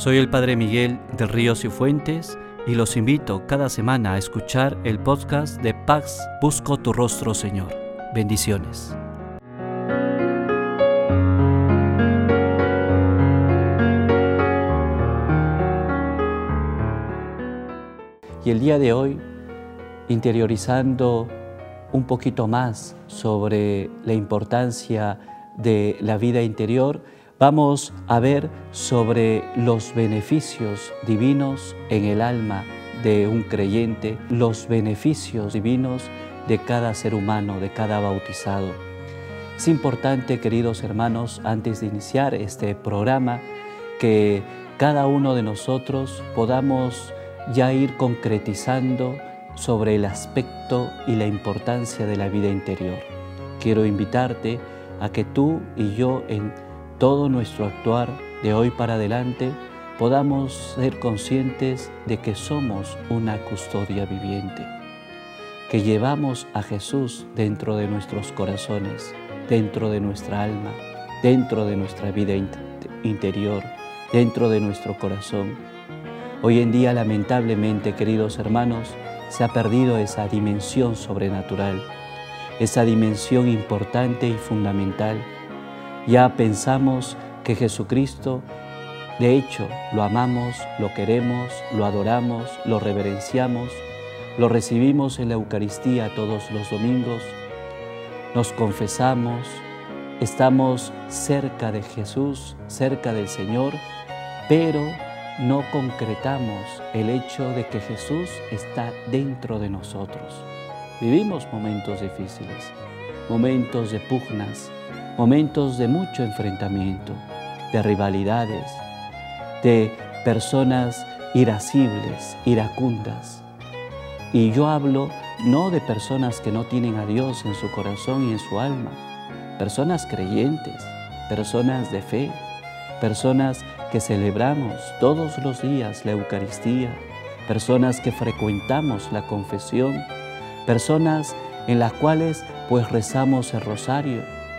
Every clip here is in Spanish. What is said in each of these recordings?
Soy el Padre Miguel de Ríos y Fuentes y los invito cada semana a escuchar el podcast de Pax Busco tu Rostro, Señor. Bendiciones. Y el día de hoy, interiorizando un poquito más sobre la importancia de la vida interior, vamos a ver sobre los beneficios divinos en el alma de un creyente, los beneficios divinos de cada ser humano, de cada bautizado. Es importante, queridos hermanos, antes de iniciar este programa, que cada uno de nosotros podamos ya ir concretizando sobre el aspecto y la importancia de la vida interior. Quiero invitarte a que tú y yo en todo nuestro actuar de hoy para adelante podamos ser conscientes de que somos una custodia viviente, que llevamos a Jesús dentro de nuestros corazones, dentro de nuestra alma, dentro de nuestra vida interior, dentro de nuestro corazón. Hoy en día, lamentablemente, queridos hermanos, se ha perdido esa dimensión sobrenatural, esa dimensión importante y fundamental. Ya pensamos que Jesucristo, de hecho, lo amamos, lo queremos, lo adoramos, lo reverenciamos, lo recibimos en la Eucaristía todos los domingos, nos confesamos, estamos cerca de Jesús, cerca del Señor, pero no concretamos el hecho de que Jesús está dentro de nosotros. Vivimos momentos difíciles, momentos de pugnas, momentos de mucho enfrentamiento, de rivalidades, de personas irascibles, iracundas. Y yo hablo no de personas que no tienen a Dios en su corazón y en su alma, personas creyentes, personas de fe, personas que celebramos todos los días la Eucaristía, personas que frecuentamos la confesión, personas en las cuales pues rezamos el rosario,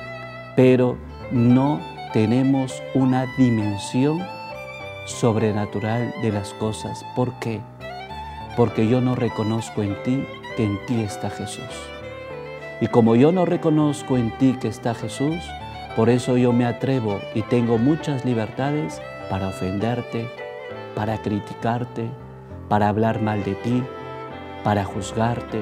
pero no tenemos una dimensión sobrenatural de las cosas. ¿Por qué? Porque yo no reconozco en ti que en ti está Jesús. Y como yo no reconozco en ti que está Jesús, por eso yo me atrevo y tengo muchas libertades para ofenderte, para criticarte, para hablar mal de ti, para juzgarte,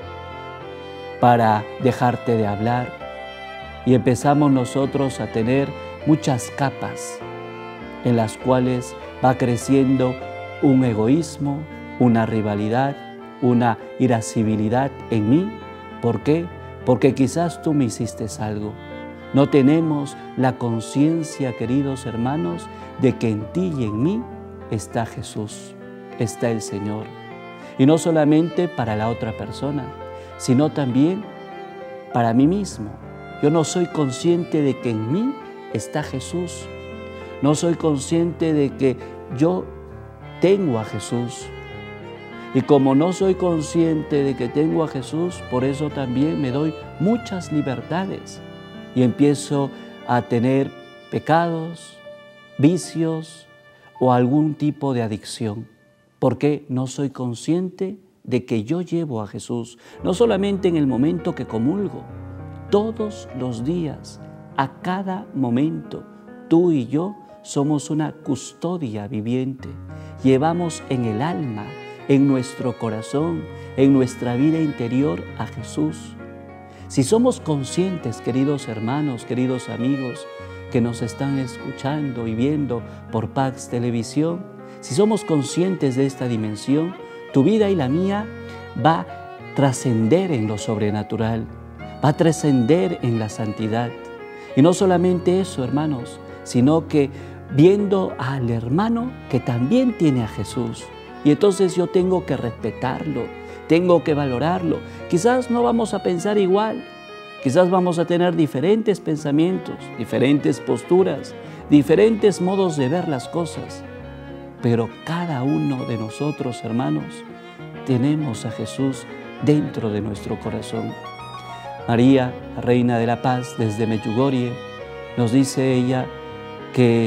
para dejarte de hablar. Y empezamos nosotros a tener muchas capas en las cuales va creciendo un egoísmo, una rivalidad, una irascibilidad en mí. ¿Por qué? Porque quizás tú me hiciste algo. No tenemos la conciencia, queridos hermanos, de que en ti y en mí está Jesús, está el Señor. Y no solamente para la otra persona, sino también para mí mismo. Yo no soy consciente de que en mí está Jesús. No soy consciente de que yo tengo a Jesús. Y como no soy consciente de que tengo a Jesús, por eso también me doy muchas libertades. Y empiezo a tener pecados, vicios o algún tipo de adicción. Porque no soy consciente de que yo llevo a Jesús, no solamente en el momento que comulgo, todos los días, a cada momento, tú y yo somos una custodia viviente. Llevamos en el alma, en nuestro corazón, en nuestra vida interior a Jesús. Si somos conscientes, queridos hermanos, queridos amigos, que nos están escuchando y viendo por Pax Televisión, si somos conscientes de esta dimensión, tu vida y la mía va a trascender en lo sobrenatural, va a trascender en la santidad. Y no solamente eso, hermanos, sino que viendo al hermano que también tiene a Jesús. Y entonces yo tengo que respetarlo, tengo que valorarlo. Quizás no vamos a pensar igual, quizás vamos a tener diferentes pensamientos, diferentes posturas, diferentes modos de ver las cosas. Pero cada uno de nosotros, hermanos, tenemos a Jesús dentro de nuestro corazón. María, la Reina de la Paz, desde Medjugorje, nos dice ella que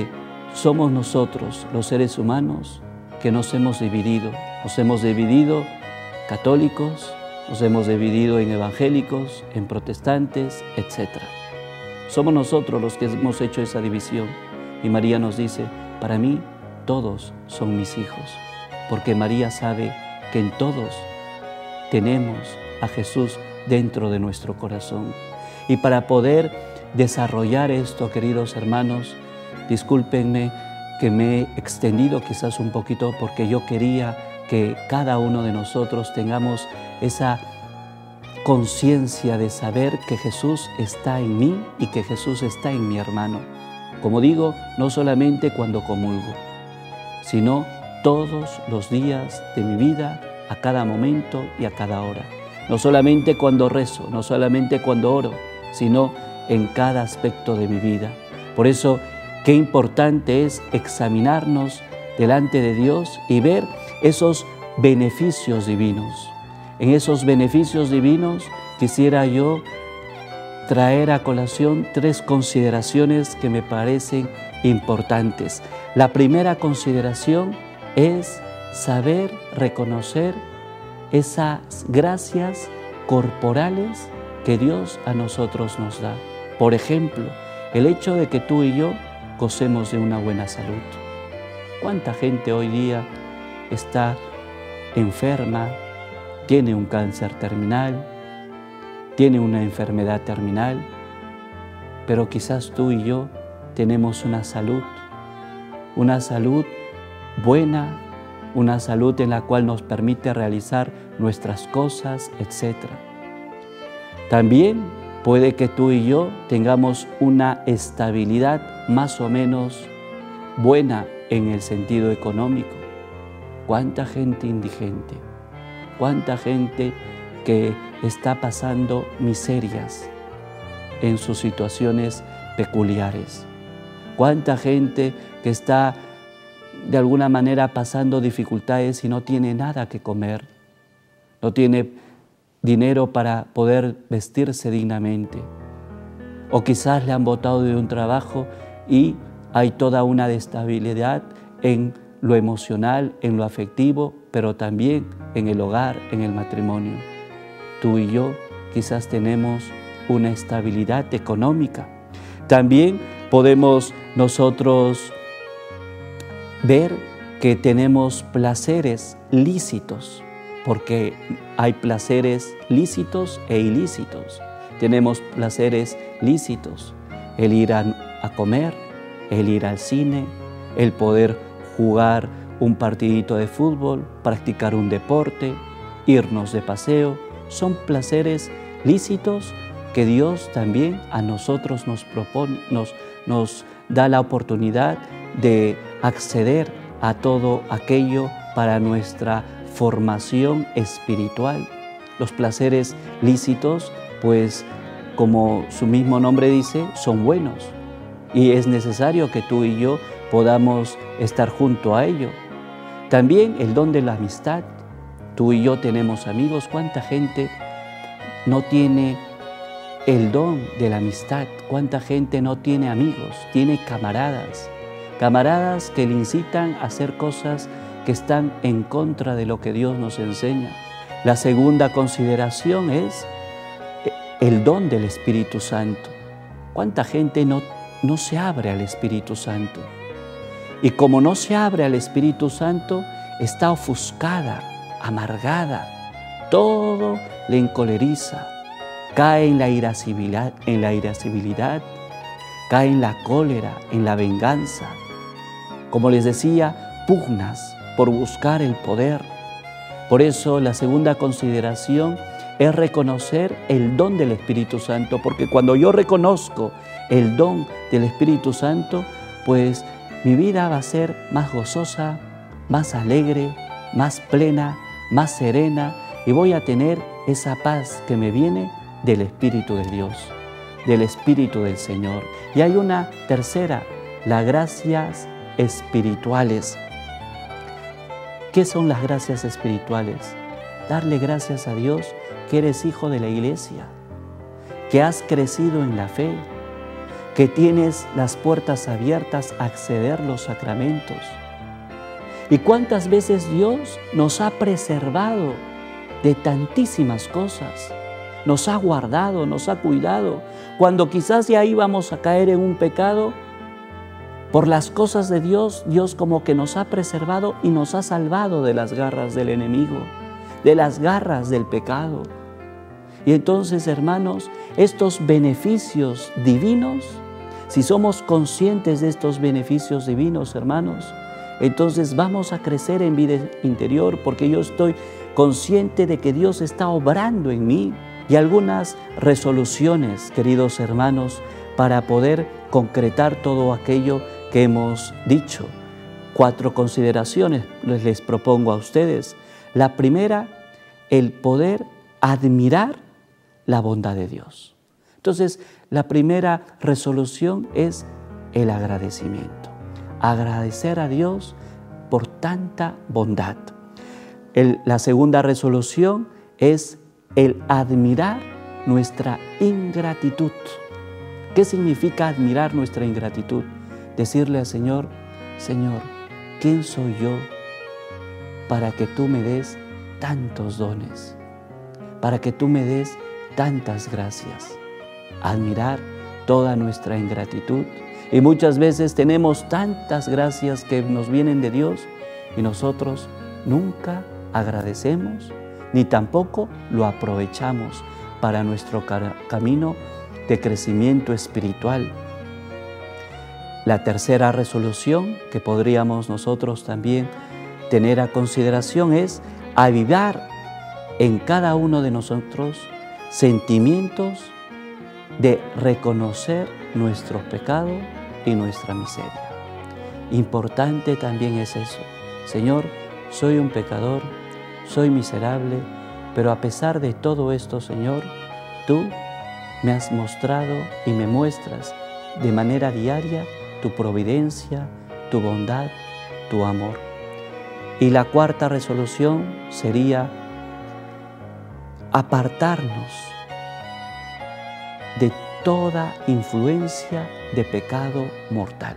somos nosotros, los seres humanos, que nos hemos dividido. Nos hemos dividido católicos, nos hemos dividido en evangélicos, en protestantes, etc. Somos nosotros los que hemos hecho esa división. Y María nos dice, para mí todos son mis hijos, porque María sabe que en todos tenemos a Jesús dentro de nuestro corazón. Y para poder desarrollar esto, queridos hermanos, discúlpenme que me he extendido quizás un poquito porque yo quería que cada uno de nosotros tengamos esa conciencia de saber que Jesús está en mí y que Jesús está en mi hermano. Como digo, no solamente cuando comulgo, sino todos los días de mi vida, a cada momento y a cada hora. No solamente cuando rezo, no solamente cuando oro, sino en cada aspecto de mi vida. Por eso, qué importante es examinarnos delante de Dios y ver esos beneficios divinos. En esos beneficios divinos quisiera yo traer a colación 3 consideraciones que me parecen importantes. La primera consideración es saber reconocer esas gracias corporales que Dios a nosotros nos da. Por ejemplo, el hecho de que tú y yo gocemos de una buena salud. ¿Cuánta gente hoy día está enferma, tiene un cáncer terminal, tiene una enfermedad terminal, pero quizás tú y yo tenemos una salud buena, una salud en la cual nos permite realizar nuestras cosas, etc. También puede que tú y yo tengamos una estabilidad más o menos buena en el sentido económico. ¿Cuánta gente indigente? ¿Cuánta gente que está pasando miserias en sus situaciones peculiares? ¿Cuánta gente que está de alguna manera pasando dificultades y no tiene nada que comer? No tiene dinero para poder vestirse dignamente. O quizás le han botado de un trabajo y hay toda una destabilidad en lo emocional, en lo afectivo, pero también en el hogar, en el matrimonio. Tú y yo quizás tenemos una estabilidad económica. También podemos nosotros ver que tenemos placeres lícitos, porque hay placeres lícitos e ilícitos. Tenemos placeres lícitos, el ir a comer, el ir al cine, el poder jugar un partidito de fútbol, practicar un deporte, irnos de paseo. Son placeres lícitos que Dios también a nosotros nos propone, nos da la oportunidad de acceder a todo aquello para nuestra formación espiritual. Los placeres lícitos, pues como su mismo nombre dice, son buenos y es necesario que tú y yo podamos estar junto a ello. También el don de la amistad. Tú y yo tenemos amigos. ¿Cuánta gente no tiene el don de la amistad? ¿Cuánta gente no tiene amigos? Tiene camaradas que le incitan a hacer cosas que están en contra de lo que Dios nos enseña. La segunda consideración es el don del Espíritu Santo. ¿Cuánta gente no se abre al Espíritu Santo? Y como no se abre al Espíritu Santo, está ofuscada, amargada, todo le encoleriza, cae en la irascibilidad, cae en la cólera, en la venganza. Como les decía, pugnas por buscar el poder. Por eso la segunda consideración es reconocer el don del Espíritu Santo, porque cuando yo reconozco el don del Espíritu Santo, pues mi vida va a ser más gozosa, más alegre, más plena, más serena, y voy a tener esa paz que me viene del Espíritu de Dios, del Espíritu del Señor. Y hay una tercera, las gracias espirituales. ¿Qué son las gracias espirituales? Darle gracias a Dios que eres hijo de la Iglesia, que has crecido en la fe, que tienes las puertas abiertas a acceder a los sacramentos. ¿Y cuántas veces Dios nos ha preservado de tantísimas cosas? Nos ha guardado, nos ha cuidado. Cuando quizás ya íbamos a caer en un pecado, por las cosas de Dios, Dios como que nos ha preservado y nos ha salvado de las garras del enemigo, de las garras del pecado. Y entonces, hermanos, estos beneficios divinos, si somos conscientes de estos beneficios divinos, hermanos, entonces vamos a crecer en vida interior, porque yo estoy consciente de que Dios está obrando en mí. Y algunas resoluciones, queridos hermanos, para poder concretar todo aquello que hemos dicho. 4 consideraciones les propongo a ustedes. La primera, el poder admirar la bondad de Dios. Entonces, la primera resolución es el agradecimiento. Agradecer a Dios por tanta bondad. La segunda resolución es el admirar nuestra ingratitud. ¿Qué significa admirar nuestra ingratitud? Decirle al Señor, Señor, ¿quién soy yo para que tú me des tantos dones? Para que tú me des tantas gracias. Admirar toda nuestra ingratitud. Y muchas veces tenemos tantas gracias que nos vienen de Dios y nosotros nunca agradecemos ni tampoco lo aprovechamos para nuestro camino de crecimiento espiritual. La tercera resolución que podríamos nosotros también tener a consideración es avivar en cada uno de nosotros sentimientos de reconocer nuestro pecado y nuestra miseria. Importante también es eso. Señor, soy un pecador, soy miserable, pero a pesar de todo esto, Señor, tú me has mostrado y me muestras de manera diaria tu providencia, tu bondad, tu amor. Y la cuarta resolución sería apartarnos de toda influencia de pecado mortal.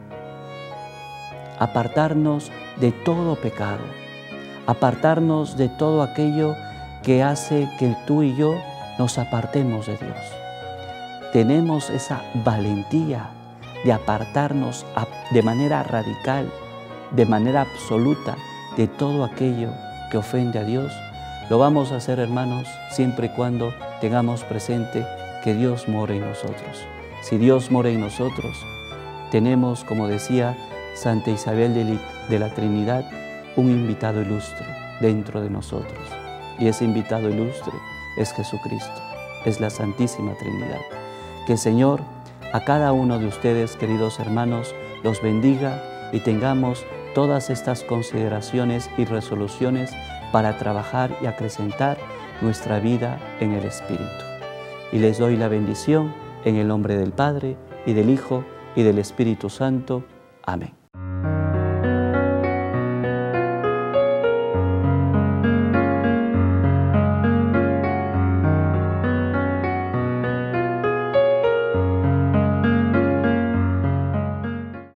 Apartarnos de todo pecado, apartarnos de todo aquello que hace que tú y yo nos apartemos de Dios. Tenemos esa valentía de apartarnos de manera radical, de manera absoluta, de todo aquello que ofende a Dios. Lo vamos a hacer, hermanos, siempre y cuando tengamos presente que Dios mora en nosotros. Si Dios mora en nosotros, tenemos, como decía Santa Isabel de la Trinidad, un invitado ilustre dentro de nosotros. Y ese invitado ilustre es Jesucristo, es la Santísima Trinidad. Que el Señor a cada uno de ustedes, queridos hermanos, los bendiga y tengamos todas estas consideraciones y resoluciones para trabajar y acrecentar nuestra vida en el Espíritu. Y les doy la bendición en el nombre del Padre, y del Hijo, y del Espíritu Santo. Amén.